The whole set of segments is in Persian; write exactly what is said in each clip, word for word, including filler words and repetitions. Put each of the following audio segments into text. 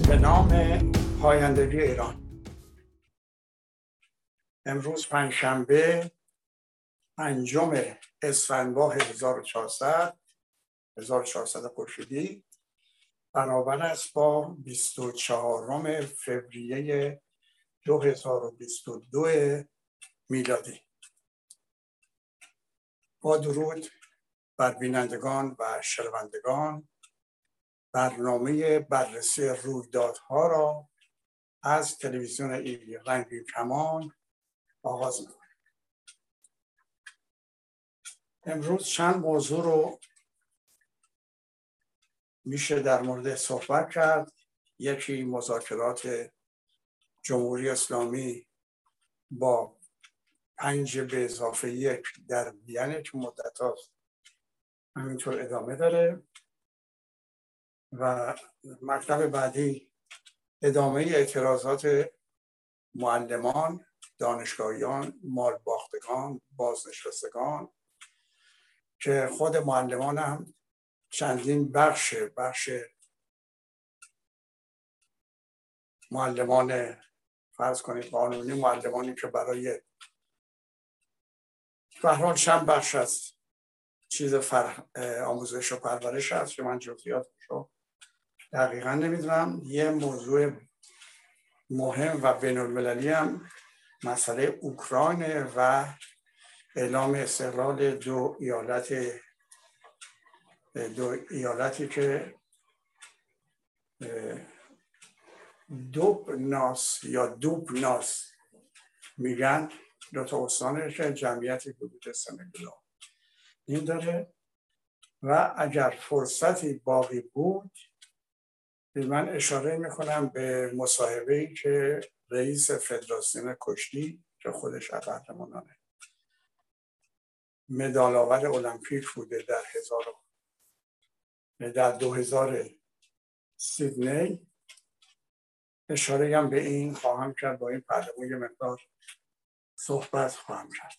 به نام پایندگی ایران. امروز پنجشنبه پنجم اسفند ماه هزار و چهارصد خورشیدی برابر است با بیست و چهارم فوریه دو هزار و بیست و دو میلادی. با درود بر بینندگان و شنوندگان، برنامه بررسی رویدادها را از تلویزیون ایوی رنگین کمان آغاز می‌کنیم. امروز چند موضوع رو میشه در مورد صحبت کرد. یکی مذاکرات جمهوری اسلامی با پنج به اضافه یک در وین که مدت هاست همینطور ادامه داره، و مطلب بعدی ادامه اعتراضات معلمان، دانشگاهیان، مالباختگان، بازنشستگان که خود معلمان هم چندین بخش بخش معلمان فرض کنید قانونی، معلمانی که برای به هر حال چند بخش از چیز فر... آموزش و پرورش هست که من جزئیاتش رو دقیقا نمیدونم. یه موضوع مهم و بین المللی هم مسئله اوکراین و اعلام استقلال دو ایالت دو ایالتی که دوبناس یا دوبناس میگن، دو تا استانه که جمعیتی حدود سه میلیون این داره. و اگر فرصتی باقی بود من اشاره میکنم به مصاحبه‌ای که رئیس فدراسیون کشتی که خودش از قهرمانان مدال آور المپیک بوده در هزار در دو هزار سیدنی، اشاره هم به این خواهم کرد. با این پرده یه مقدار صحبت خواهم کرد.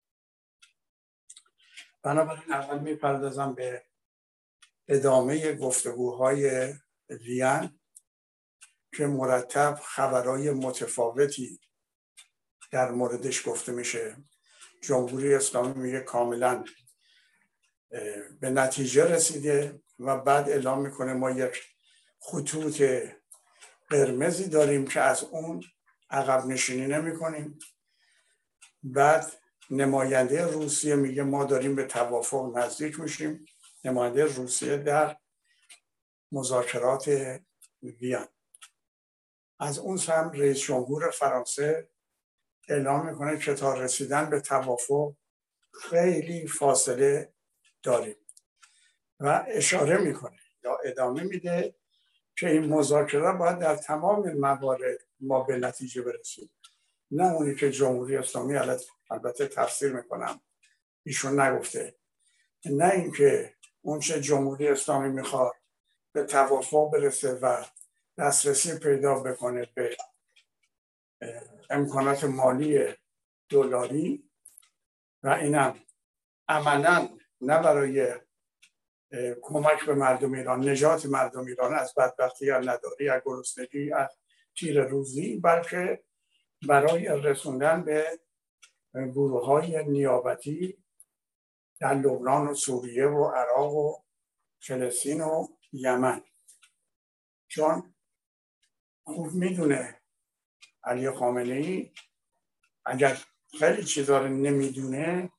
بنابراین اول میپردازم به ادامه گفتگوهای وین که مرتب خبرهای متفاوتی در موردش گفته میشه. جمهوری اسلامی میگه کاملا به نتیجه رسیده و بعد اعلام میکنه ما یک خطوط قرمزی داریم که از اون عقب نشینی نمی کنیم. بعد نماینده روسیه میگه ما داریم به توافق نزدیک میشیم. نماینده روسیه در مذاکرات وین. از اون سمت رئیس جمهور فرانسه اعلام میکنه که تا رسیدن به توافق خیلی فاصله داریم و اشاره میکنه یا ادامه میده که این مذاکره باید در تمام موارد ما به نتیجه برسیم، نه اونی که جمهوری اسلامی البته تفسیر میکنم ایشون نگفته، نه اینکه اون چه جمهوری اسلامی میخواد به توافق برسه و دسترسی پیدا بکنه به امکانات مالی دلاری و اینم عملاً نه برای کمک به مردم ایران، نجات مردم ایران از بدبختی یا نداری یا گرسنگی از تیر روزی، بلکه برای رسوندن به گروه‌های نیابتی در لبنان و سوریه و عراق و فلسطین و یمن. چون خوب میدونه علی خامنه‌ای اگر خیلی چیزا رو نمیدونه،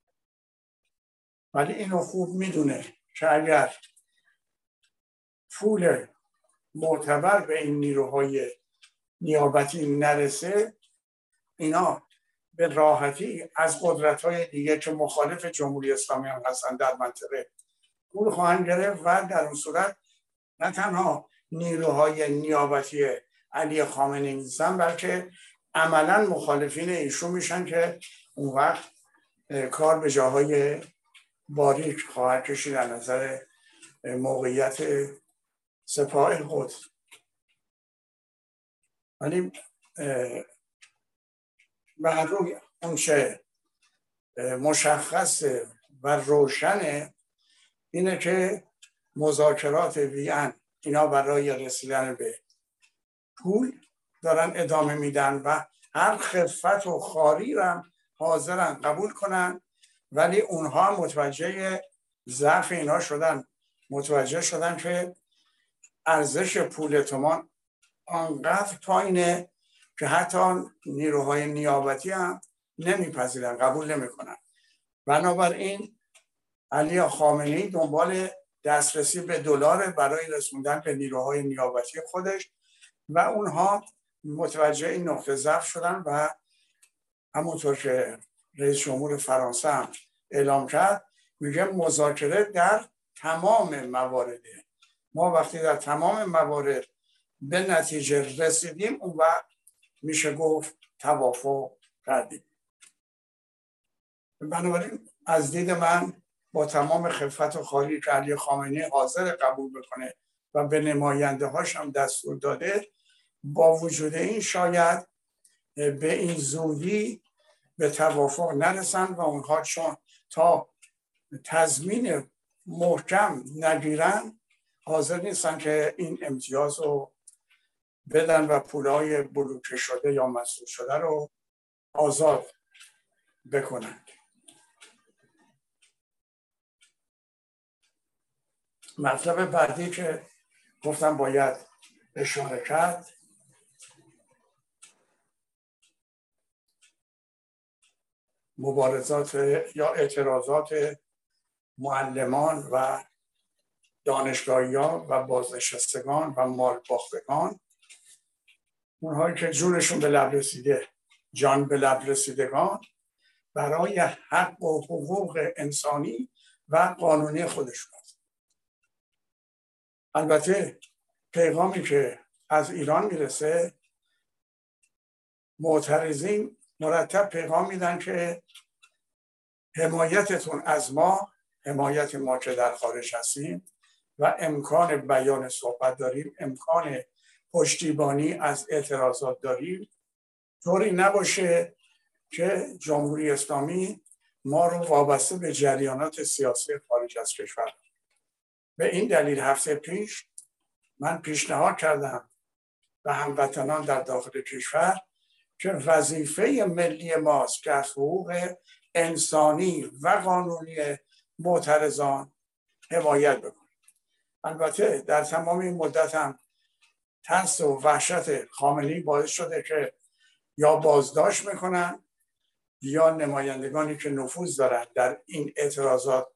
ولی اینو خوب میدونه که اگر پول معتبر به این نیروهای نیابتی نرسه، اینا به راحتی از قدرت‌های دیگه که مخالف جمهوری اسلامی هم هستن در منطقه پول خواهند گرفت و در اون صورت نه تنها نیروهای نیابتی علی خامنه‌ای نیستن، بلکه عملاً مخالفین ایشون میشن که اون وقت کار به جاهای باریک خواهد کشید در نظر موقعیت سپاه قدس. ولی به هر روی اون چه مشخص و روشنه اینه که مذاکرات وین اینا برای رسیدن به پول دارن ادامه میدن و هر خفت و خاری رو حاضرن قبول کنن، ولی اونها هم متوجه ضعف اینها شدن، متوجه شدن که ارزش پول تومان آنقدر پایینه که حتی نیروهای نیابتی هم نمیپذیرن، قبول نمیکنن. بنابراین علی خامنه‌ای دنبال دسترسی به دلار برای رسوندن به نیروهای نیابتی خودش و اونها متوجه این نقطه ضعف شدن و همونطور که رئیس جمهور فرانسه هم اعلام کرد، میگه مذاکره در تمام موارد. ما وقتی در تمام موارد به نتیجه رسیدیم، اون وقت میشه گفت توافق کردیم. بنابراین از دید من با تمام خفت و خاری که علی خامنه‌ای حاضر قبول بکنه و به نماینده هاش هم دستور داده، با وجود این شاید به این زودی به توافق نرسن و اونها چون تا تضمین محکم نگیرن حاضر نیستن که این امتیاز رو بدن و پولای بلوکه شده یا مسدود شده رو آزاد بکنن. مطلب بعدی که گفتم باید اشاره کرد، مبارزات یا اعتراضات معلمان و دانشگاهیان و بازنشستگان و مالباختگان، اونهایی که جونشون به لب رسیده، جان به لب رسیدگان، برای حق و حقوق انسانی و قانونی خودشون است. البته پیغامی که از ایران میرسه، معترضین مرتب پیغام میدن که حمایتتون از ما، حمایت ما که در خارج هستیم و امکان بیان صحبت داریم، امکان پشتیبانی از اعتراضات داریم، طوری نباشه که جمهوری اسلامی ما رو وابسته به جریانات سیاسی خارج از کشور. به این دلیل هفته پیش من پیشنهاد کردم به هموطنان در داخل کشور که وظیفه ملی ماست که از حقوق انسانی و قانونی معترضان حمایت بکنیم. البته در تمام این مدت هم ترس و وحشت خامنه‌ای باعث شده که یا بازداشت میکنن یا نمایندگانی که نفوذ دارن در این اعتراضات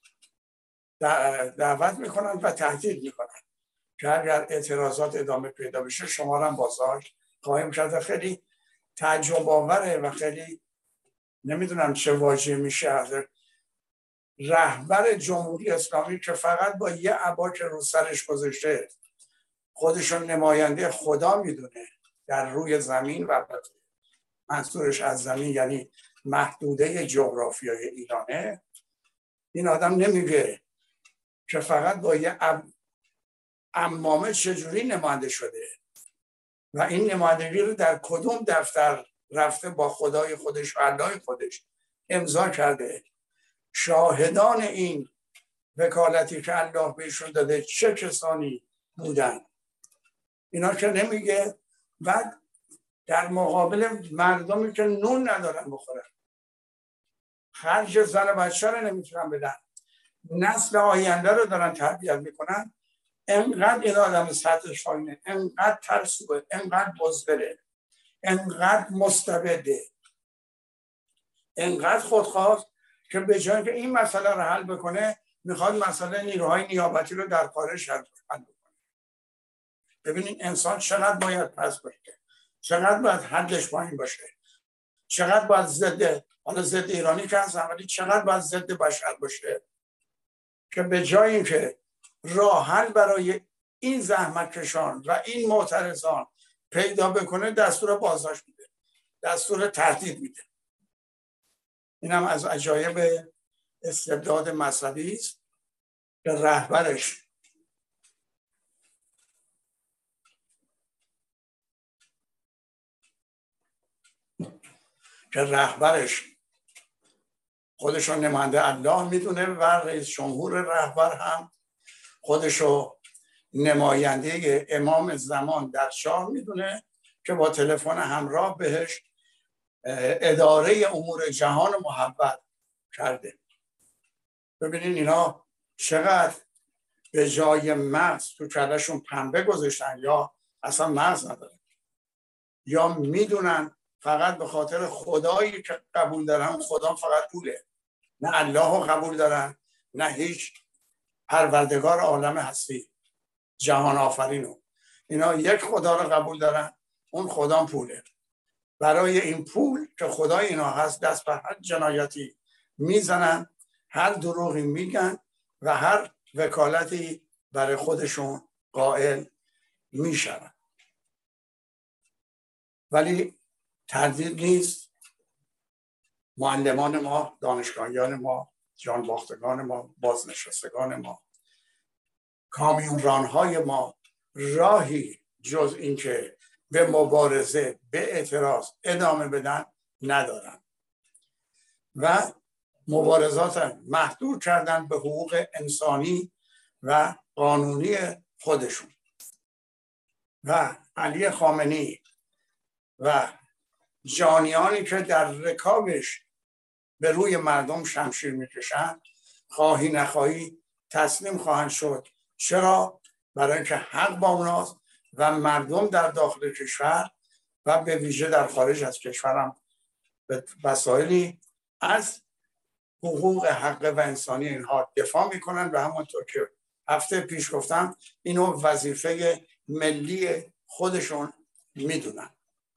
دعوت میکنن و تهدید میکنن که اگر اعتراضات ادامه پیدا بشه شما را هم بازداشت خواهیم کرد. خیلی تعجب آوره و خیلی نمیدونم چه واژه میشه از رهبر جمهوری اسلامی که فقط با یه عبا که رو سرش گذاشته خودشون نماینده خدا میدونه در روی زمین، و منظورش از زمین یعنی محدوده جغرافیای ایرانه. این آدم نمیگه که فقط با یه عمامه چجوری نماینده شده و این نمایندگی رو در کدوم دفتر رفته با خدای خودش و الله خودش امضا کرده. شاهدان این وکالتی که الله بهشون داده چه کسانی بودن، اینا که نمیگه. بعد در مقابل مردمی که نون ندارن بخورن، خرج زن و بچه رو نمیتونن بدن، نسل آینده رو دارن تربیت میکنن، انقدر این آدم سطحش پایینه، انقدر ترسوه، انقدر بزدله، انقدر مستبده، انقدر خودخواه که به جای اینکه این مسئله رو حل بکنه میخواد مسئله نیروهای نیابتی رو در خارج حل بکنه. ببینید انسان چقدر باید پس باشه، چقدر باید حدش پایین باشه، چقدر باید ضد، حالا ضد ایرانی که هست، ولی چقدر باید ضد بشر باشه که به جای اینکه راه حل برای این زحمت کشان و این معترضان پیدا بکنه دستور بازداشت میده، دستور تهدید میده. این هم از عجایب استبداد مذهبی است که رهبرش که رهبرش خودشو نماینده الله میدونه و رئیس جمهور رهبر هم خودشو نماینده امام زمان در شاه میدونه که با تلفن همراه بهش اداره امور جهان محبت کرده. ببینین اینا چقدر به جای مغز تو کلشون پنبه گذاشتن، یا اصلا مغز ندارن، یا میدونن فقط به خاطر خدایی که قبول دارن، خدا فقط پوله، نه الله رو قبول دارن، نه هیچ پروردگار عالم هستی جهان آفرینو. اینا یک خدا رو قبول دارن، اون خدا پوله. برای این پول که خدای اینا هست دست به هر جنایتی میزنن، هر دروغی میگن و هر وکالتی برای خودشون قائل میشن. ولی تردید نیست معلمان ما، دانشگاهیان ما، جانباختگان ما، بازنشستگان ما، کامیونرانهای ما راهی جز اینکه به مبارزه، به اعتراض ادامه بدن ندارن و مبارزات محدود کردن به حقوق انسانی و قانونی خودشون. و علی خامنه‌ای و جانیانی که در رکابش به روی مردم شمشیر میکشن، خواهی نخواهی تسلیم خواهند شد. چرا؟ برای اینکه حق با اوناست و مردم در داخل کشور و به ویژه در خارج از کشورم به وسایلی از حقوق حق و انسانی اینها دفاع میکنن و همونطور که هفته پیش گفتم اینو وظیفه ملی خودشون میدونن.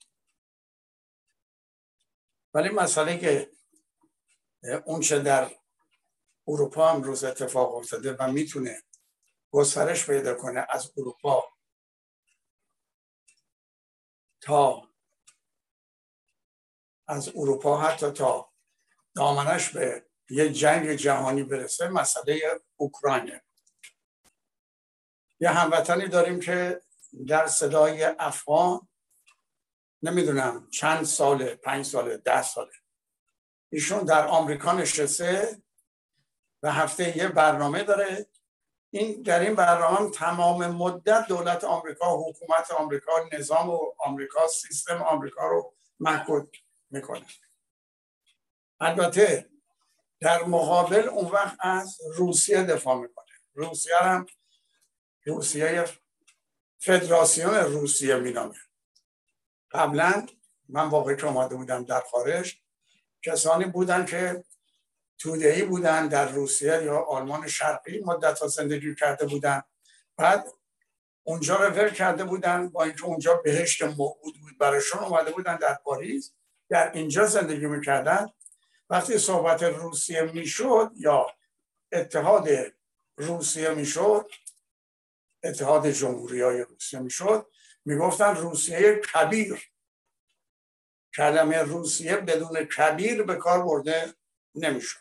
ولی مسئله که اون چه در اروپا امروز اتفاق افتاده و میتونه گسترش پیدا کنه از اروپا تا از اروپا حتی تا دامنش به یه جنگ جهانی برسه، مسئله اوکراینه. یه هموطنی داریم که در صدای افغان نمیدونم چند ساله، پنج ساله، ده ساله، ایشون در آمریکا نشسته و هفته یه برنامه داره. این در این برنامه تمام مدت دولت آمریکا، حکومت آمریکا، نظام و آمریکا، سیستم آمریکا رو محکوم میکنه. البته در مقابل اون وقت از روسیه دفاع میکنه. روسیه هم روسیه فدراسیون روسیه مینامه. قبلا من واقعی که اومده بودم در خارج، کسانی بودن که توده‌ای بودن در روسیه یا آلمان شرقی مدت ها زندگی کرده بودن، بعد اونجا رو ول کرده بودن، با اینکه اونجا بهشت موعود بود برایشون، اومده بودن در پاریس، در اینجا زندگی میکردن. وقتی صحبت روسیه میشد یا اتحاد روسیه میشد، اتحاد جمهوری‌های روسیه میشد، میگفتن روسیه کبیر. کلمه روسیه بدون کبیر به کار برده نمیشد.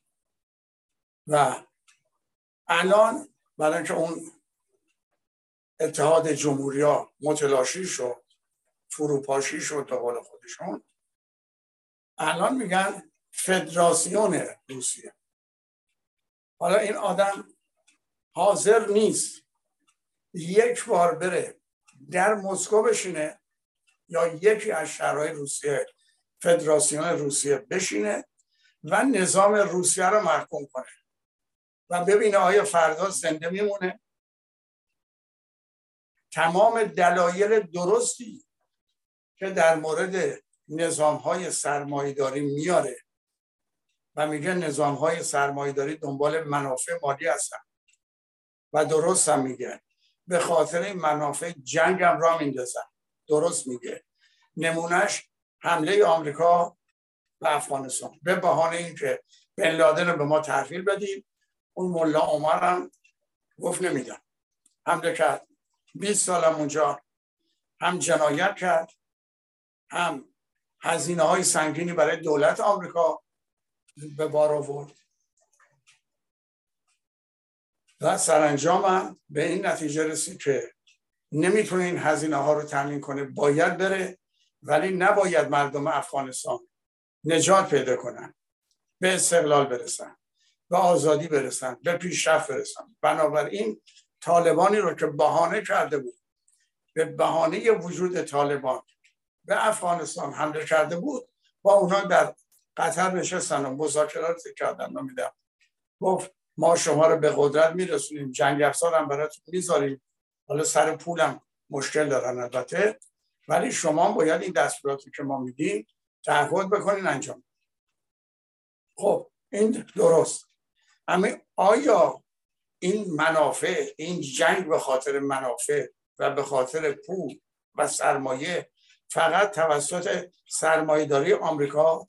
و الان برای اینکه اون اتحاد جمهوری‌ها متلاشی شد، فروپاشی شد به قول خودشون، الان میگن فدراسیون روسیه. حالا این آدم حاضر نیست یک بار بره در مسکو بشینه یا یکی از شهرهای روسیه فدراسیون روسیه بشینه و نظام روسیه رو محکوم کنه و ببینه آیا فردا زنده میمونه. تمام دلایل درستی که در مورد نظام‌های سرمایه‌داری میاره و میگه نظام‌های سرمایه‌داری دنبال منافع مالی هستن و درست هم میگه، به خاطر این منافع جنگ هم را میندازن. درست میگه. نمونهش حمله آمریکا به افغانستان به بهانه اینکه بن لادن رو به ما تحویل بدیم، اون ملا عمر هم گفت نمیدم، حمله کرد. بیست سالم اونجا هم جنایت کرد، هم هزینه های سنگینی برای دولت آمریکا به بار آورد و سرانجام هم به این نتیجه رسید که نمیتونه این هزینه ها رو تامین کنه، باید بره، ولی نباید مردم افغانستان نجات پیدا کنن، به استقلال برسن، به آزادی برسن، به پیشرفت برسن. بنابراین طالبانی رو که بهانه کرده بود، به بهانه وجود طالبان به افغانستان حمله کرده بود، با اونها در قطر نشستن و مذاکرات کردن. نمیدم گفت ما شما رو به قدرت میرسونیم، جنگ افزار هم براتون میذاریم، حالا سر پولم مشکل دارن البته، ولی شما باید این دستوراتی که ما میدیم تعهد بکنین انجام. خب این درست. اما آیا این منافع، این جنگ به خاطر منافع و به خاطر پول و سرمایه فقط توسط سرمایه‌داری آمریکا؟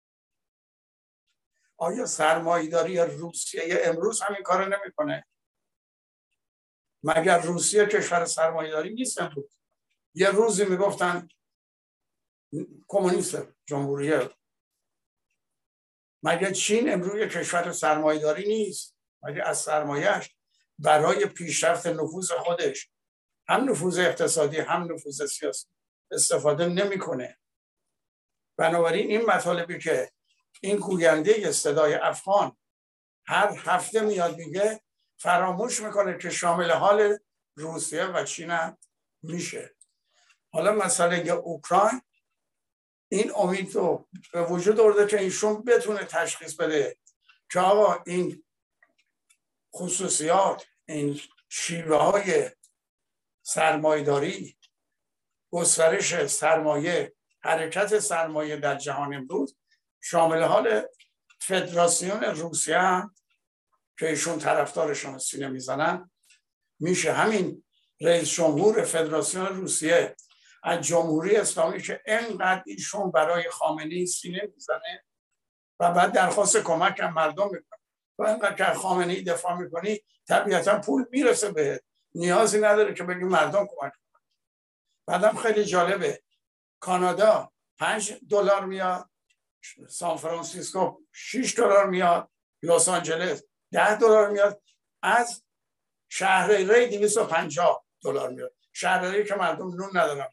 آیا سرمایه‌داری روسیه امروز همین کارو نمیکنه؟ مگر روسیه کشور سرمایه‌داری نیست؟ امروز یه روزی میگفتن کمونیست جمهوریه. مگر چین امروز کشور سرمایه‌داری نیست؟ مگر از سرمایه‌اش برای پیشرفت نفوذ خودش، هم نفوذ اقتصادی هم نفوذ سیاسی، استفاده نمیکنه؟ بنابراین این مطالبی که این گوینده صدای افغان هر هفته میاد میگه، فراموش میکنه که شامل حال روسیه و چین هم میشه. حالا مسئله اوکراین این امید رو به وجود آورده که ایشون بتونه تشخیص بده که آقا این خصوصیات، این شیوه های سرمایه‌داری، گسترش سرمایه، حرکت سرمایه در جهان امروز شامل حال فدراسیون روسیه هم که ایشون طرفدارشون سینه میزنن میشه. همین رئیس جمهور فدراسیون روسیه از جمهوری اسلامی که اینقدر ایشون برای خامنه‌ای سینه میزنه و بعد درخواست کمک هم مردم میکنه، و اینقدر که خامنه‌ای دفاع میکنی طبیعتا پول میرسه بهت، نیازی نداره که بگی مردم کمک کنن. بعدم خیلی جالبه، کانادا پنج دلار میاد، سان فرانسیسکو شش دلار میاد، لس آنجلس ده دلار میاد، از شهرهای دویست و پنجاه دلار میاد، شهرهایی که مردم نون ندارن.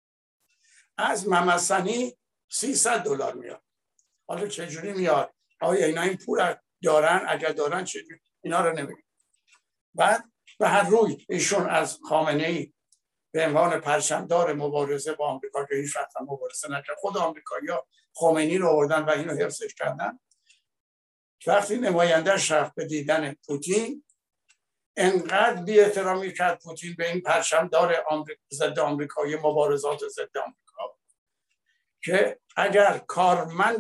از ممسنی سیصد دلار میاد. حالا چجوری میاد؟ آیا اینا این پول دارن؟ اگر دارن چجوری؟ اینا رو نمیگن. بعد به هر روی ایشون از خامنه‌ای به عنوان پرچمدار مبارزه با آمریکا که هیچ وقت مبارزه نکرد، خود آمریکایی‌ها خمینی رو آوردن و اینو حفظش کردن، وقتی نماینده‌اش رفت به دیدن پوتین انقدر بی احترامی کرد پوتین به این پرچمدار آمریکا، ضد آمریکایی، مبارزات ضد آمریکا، که اگر کارمند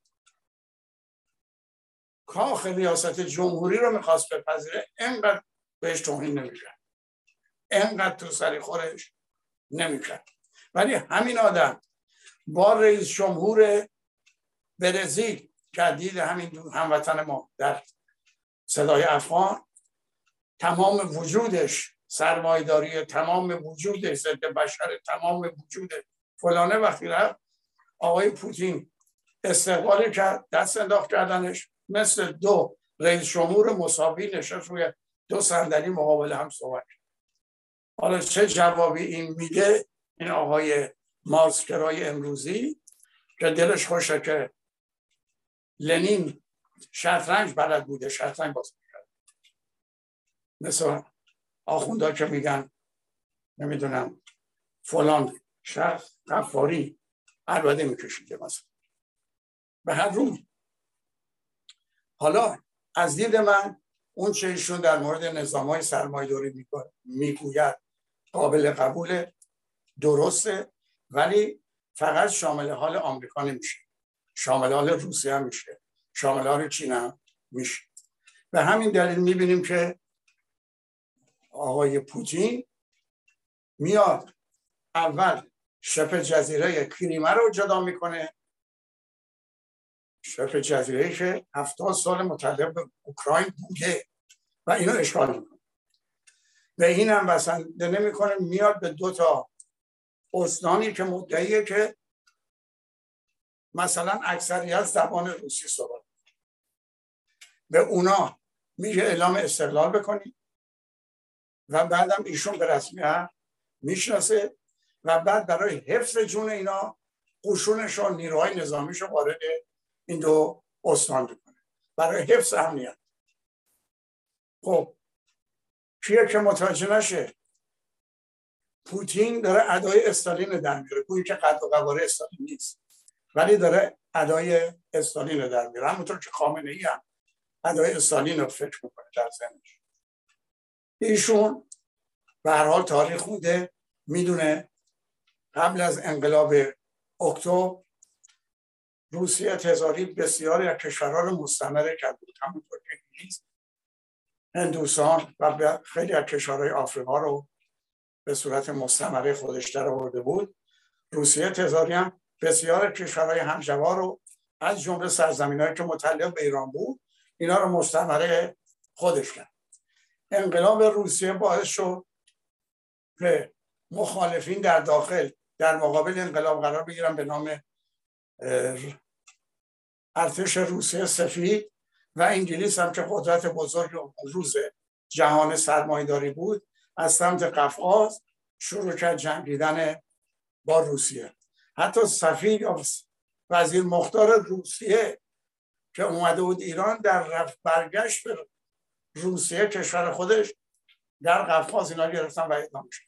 کاخ ریاست جمهوری رو میخواست بپذیره انقدر بهش توهین نمیکرد، انقدر تو سری خورش نمیکرد. ولی همین آدم با رئیس جمهور برزیل که دید همین هموطن ما در صدای افغان، تمام وجودش سرمایه‌داری، تمام وجودش ضد بشر، تمام وجود فلانه، وقتی رفت آقای پوتین استقبال کرد، دست انداخت کردنش، مثل دو رئیس جمهور مساوی نشست روی دو صندلی مقابل هم صحبت. حالا چه جوابی این میده این آقای مارکسگرای امروزی که دلش خوشه که لنین شطرنج بلد بوده، شطرنج بازی کرد، مثل آخوندا که میگن نمیدونم فلان شخص غفاری البته میکشیده مثلا. به هر روی حالا از دید من اون چه ایشون در مورد نظام‌های سرمایه‌داری میگوید قابل قبول، درسته، ولی فقط شامل حال آمریکا نمیشه، شامل حال روسیه هم میشه، شامل حال چین هم میشه. به همین دلیل میبینیم که آقای پوتین میاد اول شبه جزیره کریمه رو جدا میکنه، شبه جزیره که هفتاد سال متعلق به اوکراین بوده و اینو اشغال میکنه. به این هم بسنده نمیکنه، میاد به دو تا استانی که مدعیه که مثلا اکثریت زبان روسی صحبت، به اونا میگه اعلام استقلال بکنید و بعدم ایشون به رسمیت میشناسه و بعد برای حفظ جون اینا قشونش و نیروهای نظامیش رو وارد این دو استان بکنه برای حفظ امنیت. خب کیه که متوجه نشه پوتین داره ادای استالین در میاره، گویی که قد و قواره استالین نیست ولی داره ادای استالین رو در میاره، همونطور که خامنه ای هم ادای استالین رو فکر میکنه در ذهنش. ایشون به هر حال تاریخ خونده، میدونه قبل از انقلاب اکتبر روسیه تزاری بسیاری از کشورها رو مستعمره کرده بود، همونطور که انگلیس، هندوستان و خیلی از کشورهای آفریقا رو به صورت مستعمره خودش در آورده بود. روسیه تزاری هم بسیار کشورهای همجوار رو از جمله سرزمین‌هایی که متعلق به ایران بود اینا رو مستعمره خودش کرد. انقلاب روسیه باعث شد که مخالفین در داخل در مقابل انقلاب قرار بگیرن به نام ارتش روسیه سفید و انگلیس هم که قدرت بزرگ و روز جهان سرمایه‌داری بود از سمت قفقاز شروع کرد جنگیدن با روسیه. حتی سفیر یا وزیر مختار روسیه که اومده بود ایران در رفت برگشت به روسیه کشور خودش در قفقاز اینا گرفتن و اعدام شد.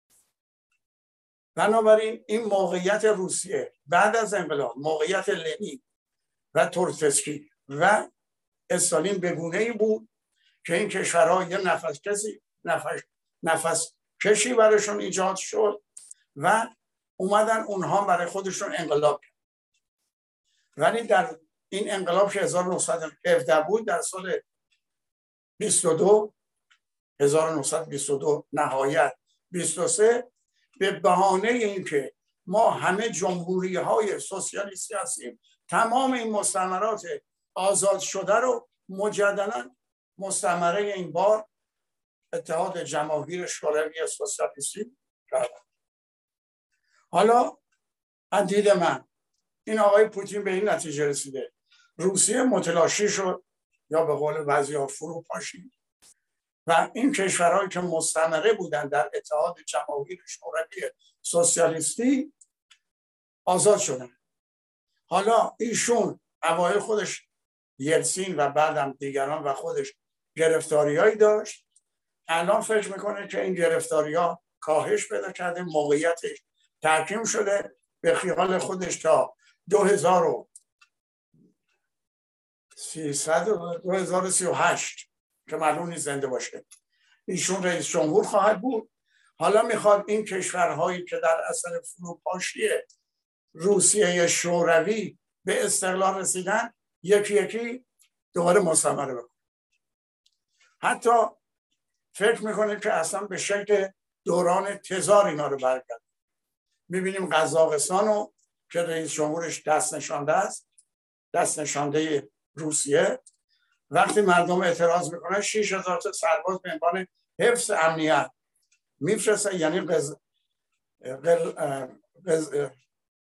بنابراین این موقعیت روسیه بعد از انقلاب، موقعیت لنین و تروتسکی و استالین به گونه‌ای بود که این کشورها یه نفس کشی نفس نفس کشی برایشون ایجاد شد و اومدن اونها برای خودشون انقلاب کرد. ولی در این انقلاب که هزار و نهصد و هفده بود در سال بیست و دو هزار و نهصد و بیست و دو نهایت بیست و سه به بهانه اینکه ما همه جمهوری های سوسیالیستی هستیم تمام این مستعمرات آزاد شده رو مجددا مستعمره این بار اتحاد جماهیر شوروی سوسیالیستی کردن. حالا از دید من این آقای پوتین به این نتیجه رسیده روسیه متلاشی شد یا به قول بعضی‌ها فرو پاشید و این کشورهایی که مستعمره بودن در اتحاد جماهیر شوروی سوسیالیستی آزاد شدن. حالا ایشون اوایل خودش یلسین و بعدم دیگران و خودش گرفتاریایی داشت، الان فکر میکنه که این گرفتاری‌ها کاهش پیدا کرده، موقعیتش تحکیم شده، به خیال خودش تا دو هزار و سیصد و دو هزار و سی و هشت که معلوم نیست زنده باشه ایشون رئیس جمهور خواهد بود. حالا میخواد این کشورهایی که در اثر فروپاشی روسیه شوروی به استقلال رسیدن یکی یکی دوباره مستعمره بکنه. حتی فکر میکنه که اصلا به شکل دوران تزار اینا رو برگرد. میبینیم قزاقستانو که رئیس جمهورش دست نشانده است، دست نشانده روسیه، وقتی مردم اعتراض میکنن شش هزار تا سرباز به عنوان حفظ امنیت میفرسته، یعنی قز... قز...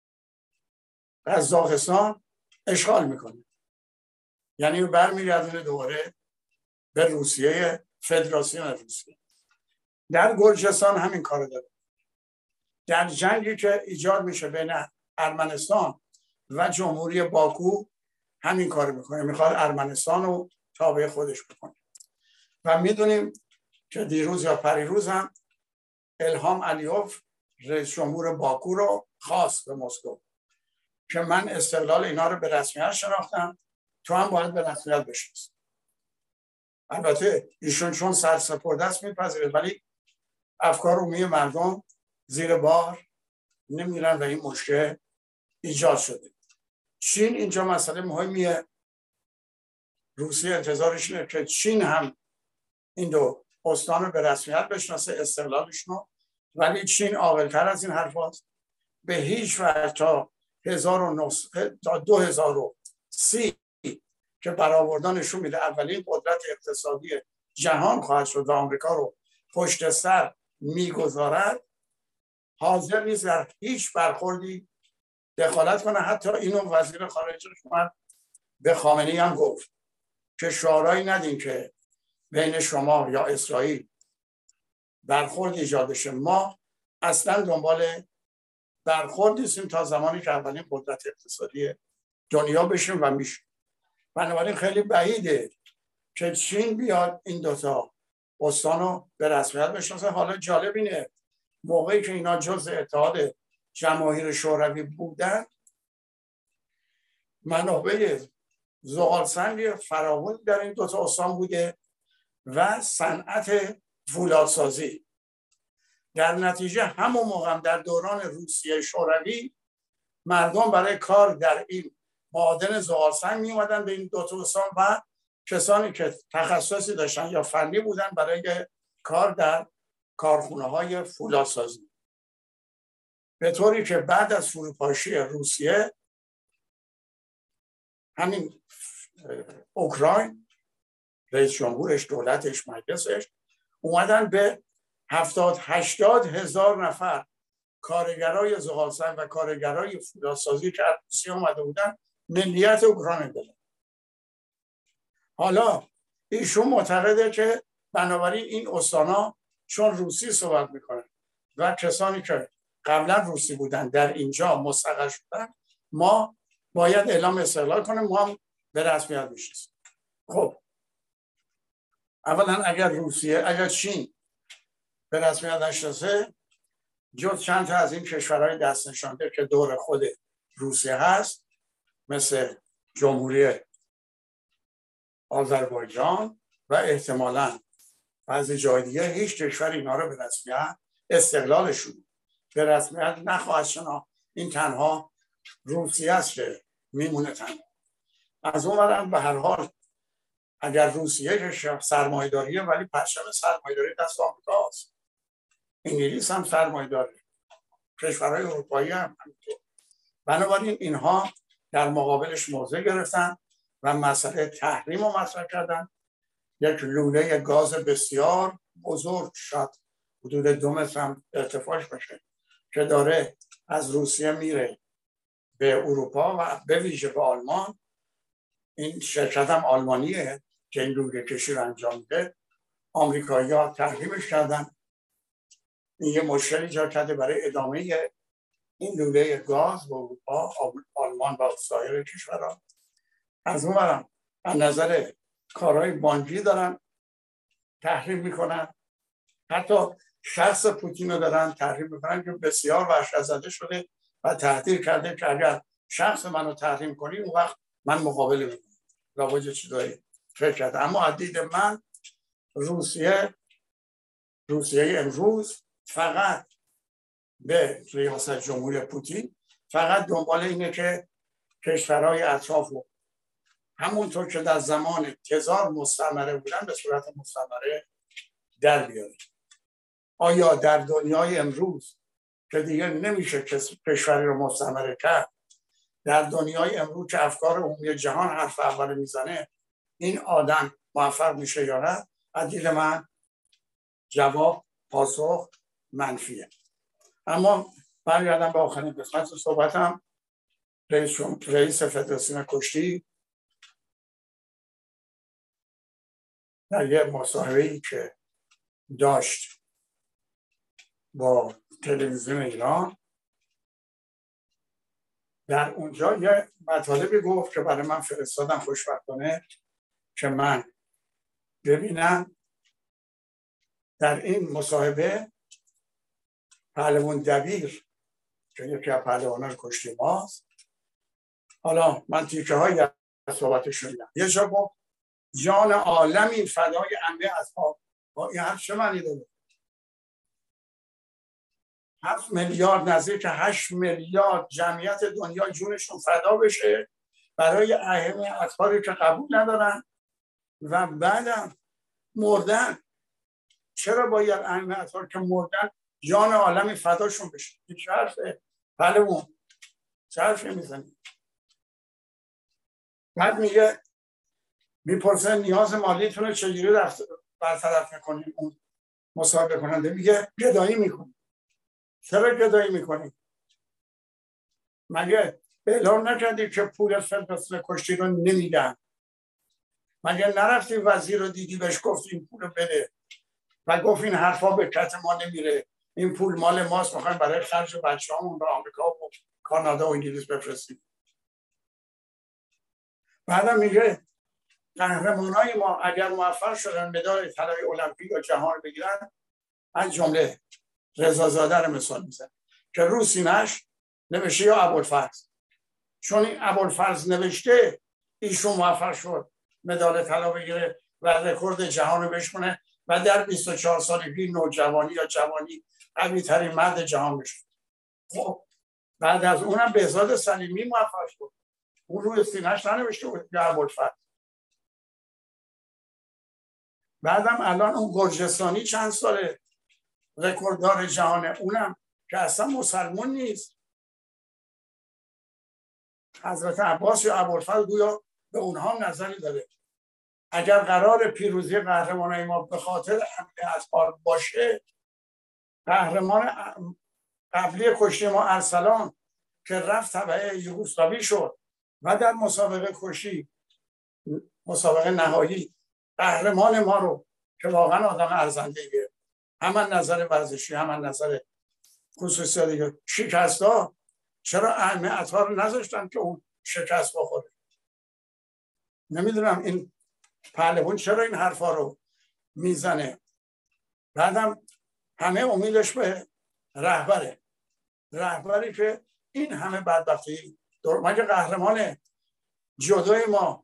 قزاقستان اشغال میکنه، یعنی برمیگردونه دوباره به روسیه، فدراسیون روسیه. در گرجستان همین کارو داره. در جنگی که ایجاد میشه بین ارمنستان و جمهوری باکو همین کار میکنه، میخواد ارمنستان رو تابع خودش بکنه. و میدونیم که دیروز یا پریروز هم الهام علیوف رئیس جمهور باکو رو خواست به مسکو که من استقلال اینا رو به رسمیت شناختم، تو هم باید به رسمیت بشناسی. البته ایشون چون سرسپرده است میپذیره، ولی افکار عمومی مردم زیر بار نمیرن و این مشکل ایجاد شده. چین اینجا مسئله مهمیه. روسیه انتظارش اینه که چین هم این دو استان رو به رسمیت بشناسه، استقلالشون، ولی چین عاقل‌تر از این حرف هست. به هیچ وجه تا دو هزار و سی که برآوردن نشون میده اولین قدرت اقتصادی جهان خواهد شد و آمریکا رو پشت سر میگذارد، حاضر نیست در هیچ برخوردی دخالت کنه. حتی اینو وزیر خارجه اومد به خامنه‌ای هم گفت که شعارهایی ندین که بین شما یا اسرائیل برخورد ایجاد بشه. ما اصلا دنبال برخورد نیستیم تا زمانی که اولین قدرت اقتصادی دنیا بشیم و میشیم. بنابراین خیلی بعیده که چین بیاد این دوتا استان رو به رسمیت بشناسه. حالا جالب اینه موقعی که اینا جزء اتحاد جماهیر شوروی بودن، منابع زغال سنگ فراوان در این دو تا استان بوده و صنعت فولادسازی. در نتیجه همون موقع هم در دوران روسیه شوروی مردم برای کار در این معادن زغال سنگ می اومدن به این دو تا استان و کسانی که تخصصی داشتن یا فنی بودن برای کار در کارخونه های فولادسازی. به طوری که بعد از فروپاشی روسیه همین اوکراین، رئیس جمهورش، دولتش، مجلسش اومدن به هفتاد هشتاد هزار نفر کارگرای زغال سنگ و کارگرای فولادسازی که از روسیه اومده بودن ملیت اوکراین دادن. حالا ایشون معتقده که بنابراین این استانا چون روسی صحبت میکنن و کسانی که قبلا روسی بودن در اینجا مستقر شدن، ما باید اعلام استقلال کنیم، ما هم به رسمیت میشیم. خب اولا اگر روسیه، اگر چین به رسمیت نشناسه، جز چند تا از این کشورهای دست نشانده که دور خود روسیه هست مثل جمهوری آذربایجان و احتمالاً بعضی جای دیگه، هیچ کشور اینا رو به رسمیت استقلالشون به رسمیت نخواهد شناخت. این تنها روسیه است که میمونه تنها. از اون ورم به هر حال اگر روسیه که سرمایه‌داریه ولی پرچم سرمایه‌داری دست آمریکاست، انگلیس هم سرمایه‌داره، کشورهای اروپایی هم همینطور. بنابراین اینها در مقابلش موضع گرفتن و مسئله تحریم رو مطرح کردن. یک لوله گاز بسیار بزرگ، شاید حدود دو متر هم ارتفاعش باشه، که داره از روسیه میره به اروپا و به ویژه به آلمان. این شرکت هم آلمانیه که این لوله کشی رو انجام میده. آمریکایی‌ها تحریمش کردن. این یه مشکلی ایجاد کرده برای ادامه این لوله گاز به اروپا، آلمان و سایر کشورها. از اون برم از نظر کارهای بانکی دارن تحریم میکنن، حتی شخص پوتین رو دارن تحریم میکنن که بسیار وحشت زده شده و تهدید کرده که اگر شخص منو تحریم کنی اون وقت من مقابله میکنم. لابد چیزایی فکر کرده. اما از دید من روسیه روسیه امروز فقط به ریاست جمهوری پوتین فقط دنبال اینه که کشورهای اطراف رو همونطور که در زمان تزار مستعمره بودن به صورت مستعمره در بیاره. آیا در دنیای امروز که دیگه نمیشه کشوری رو مستعمره کرد، در دنیای امروز که افکار عمومی جهان حرف اول میزنه، این آدم موفق میشه یا نه؟ از دید من جواب پاسخ منفیه. اما برگردم به آخرین قسمت صحبتم. رئیس رئیس فدراسیون کشتی در یه مصاحبه‌ای که داشت با تلویزیون ایران، در اونجا یه مطالبی گفت که برای من فرستادم خوشبختانه که من ببینم. در این مصاحبه پهلوان دبیر که یکی از پهلوانان کشتی ماست، حالا من تیکه هایی از صحبتش شنیدم، یه جا گفت جان عالمی فدای انبه اصحاب. این حرف چه معنی داره؟ هفت میلیارد، نزدیک هشت میلیارد جمعیت دنیا جونشون فدا بشه برای ائمه اطهاری که قبول ندارن و بعدم مردن. چرا باید ائمه اطهار که مردن جان عالمی فداشون بشه؟ این چه حرفه؟ پهلوان چه حرفی میزنی؟ بعد میگه میپرسه نیاز مالیتون رو چجوری برطرف میکنیم؟ اون مصاحبه کننده میگه گدایی میکنیم. چرا گدایی میکنیم؟ مگه اعلام نکردی که پول فدراسیون کشتی رو نمیدن؟ مگه نرفتی وزیر رو دیدی بهش گفت این پول رو بده و گفت این حرفا به کت ما نمیره، این پول مال ماست، میخوایم برای خرج بچه‌هامون به آمریکا و کانادا و انگلیس بفرستیم؟ بعدم میگه قهرمانای ما اگر موفق شدن مدال طلای المپیک و جهان بگیرن، از جمله رضا زاده رو مثال میزنم که رو سینه‌اش نوشته یا ابوالفضل، چون این ابوالفضل نوشته ایشون موفق شد مدال طلا بگیره و رکورد جهان رو بشکنه و در بیست و چهار سالگی نوجوانی یا جوانی قوی ترین مرد جهان بشه. خب بعد از اونم بهزاد سلیمی موفق شد، اون روی سینه‌اش ننوشته بود یا ابوالفضل. بعدم الان اون گرجستانی چند ساله رکورددار جهانه، اونم که اصلا مسلمان نیست. حضرت عباس یا ابوالفضل گویا به اونها هم نظری داره. اگر قرار پیروزی قهرمانای ما به خاطر حمله اسعار باشه، قهرمان قبلی کشتی ما ارسلان که رفت تبع یوگسلاوی شد و در مسابقه کشتی مسابقه نهایی قهرمان ما رو که واقعا آدم ارزنده‌ایه، هم نظر ورزشی هم نظر خصوصی دیگه شکستا، چرا اهمیت‌ها رو نذاشتن که اون شکست بخوره؟ نمیدونم این پهلوان چرا این حرفا رو میزنه. بعدم همه امیدش به رهبره، رهبری که این همه بدبختی دور. مگه قهرمان جودوی ما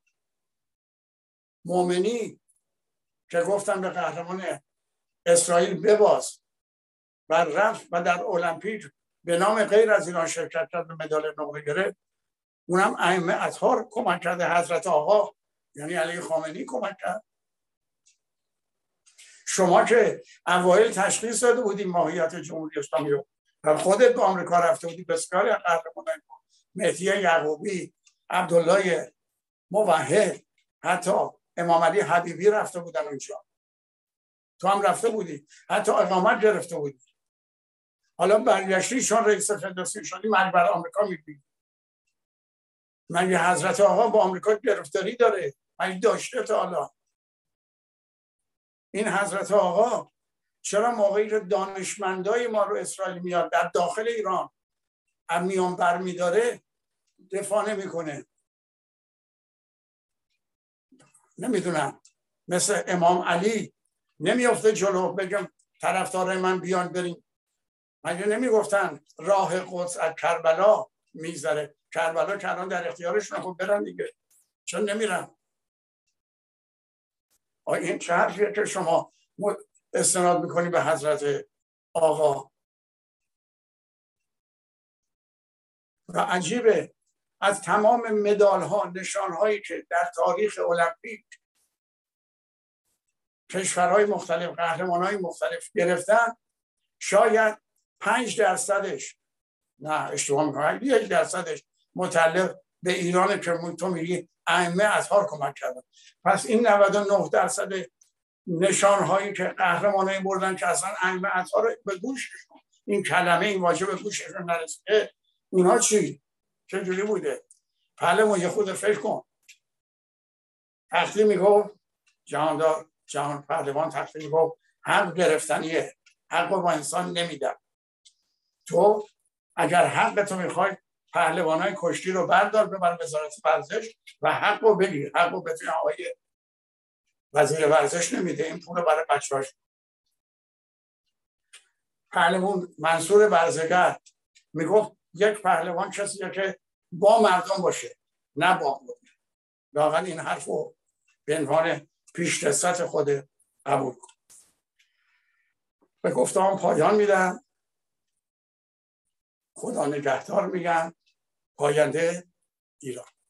مومنی که گفتن به قهرمان اسرائیل بباز و رفت و در المپیک به نام غیر از ایران شرکت کرد و مدال نقره گرفت، اونم ائمه اطهار کمک کرده، حضرت آقا یعنی علی خامنه‌ای کمک کرد. شما که اوایل تشخیص داده بودی ماهیت جمهوری اسلامی رو و خودت به آمریکا رفته بودی، بسیاری از قهرمانان مهدی یعقوبی، عبدالله موحد، حتی امام علی حبیبی رفته بودن اونجا، تو هم رفته بودی، حتی اقامت گرفته بودی. حالا برگشتی چون رئیس فدراسیون شدی مرگ بر آمریکا میگی. مگه حضرت آقا با آمریکا گرفتاری داره؟ مگه داشته تا حالا؟ این حضرت آقا چرا موقعی که دانشمندای ما رو اسرائیل میاد در داخل ایران میان بر میداره دفاع نمیکنه؟ نمیدونم مثل امام علی نمیافته جلو بگم طرفدار من بیان بریم. مگه نمیگفتن راه قدس از کربلا میگذره؟ کربلا که الان در اختیارشون، خب برن دیگه، چون نمیرن؟ این چه حرفیه که شما استناد میکنی به حضرت آقا؟ و عجیبه از تمام مدال ها، نشان هایی که در تاریخ المپیک کشورهای مختلف، قهرمان های مختلف گرفتن، شاید پنج درصدش، نه اشتباه میکنم، یک درصدش متعلق به ایران که تو میگی ائمه اطهار کمک کردن. پس این نود و نه درصد نشان هایی که قهرمانایی بردن که اصلا ائمه اطهار به گوششون این کلمه این واژه به گوششون نرسیده، اونها چی؟ چجوری بوده؟ پهلوان یه خود فکر کن. تختی میگفت جهاندار جهان پهلوان تختی میگفت حق گرفتنیه، حق با انسان نمیدن. تو اگر حق تو میخوای پهلوانای کشتی رو بردار ببر وزارت ورزش و حق رو بگیر، حق رو بتونی آقای وزیر ورزش نمیده، این پول رو برای بچه‌هاش. پهلوان منصور برزگر میگفت یک پهلوان کسیه که با مردم باشه نه با مردم. واقعا این حرف رو به عنوان پیش دست خود قبول کن. به گفتم پایان میدم. خدا نگهدار میگم. پاینده ایران.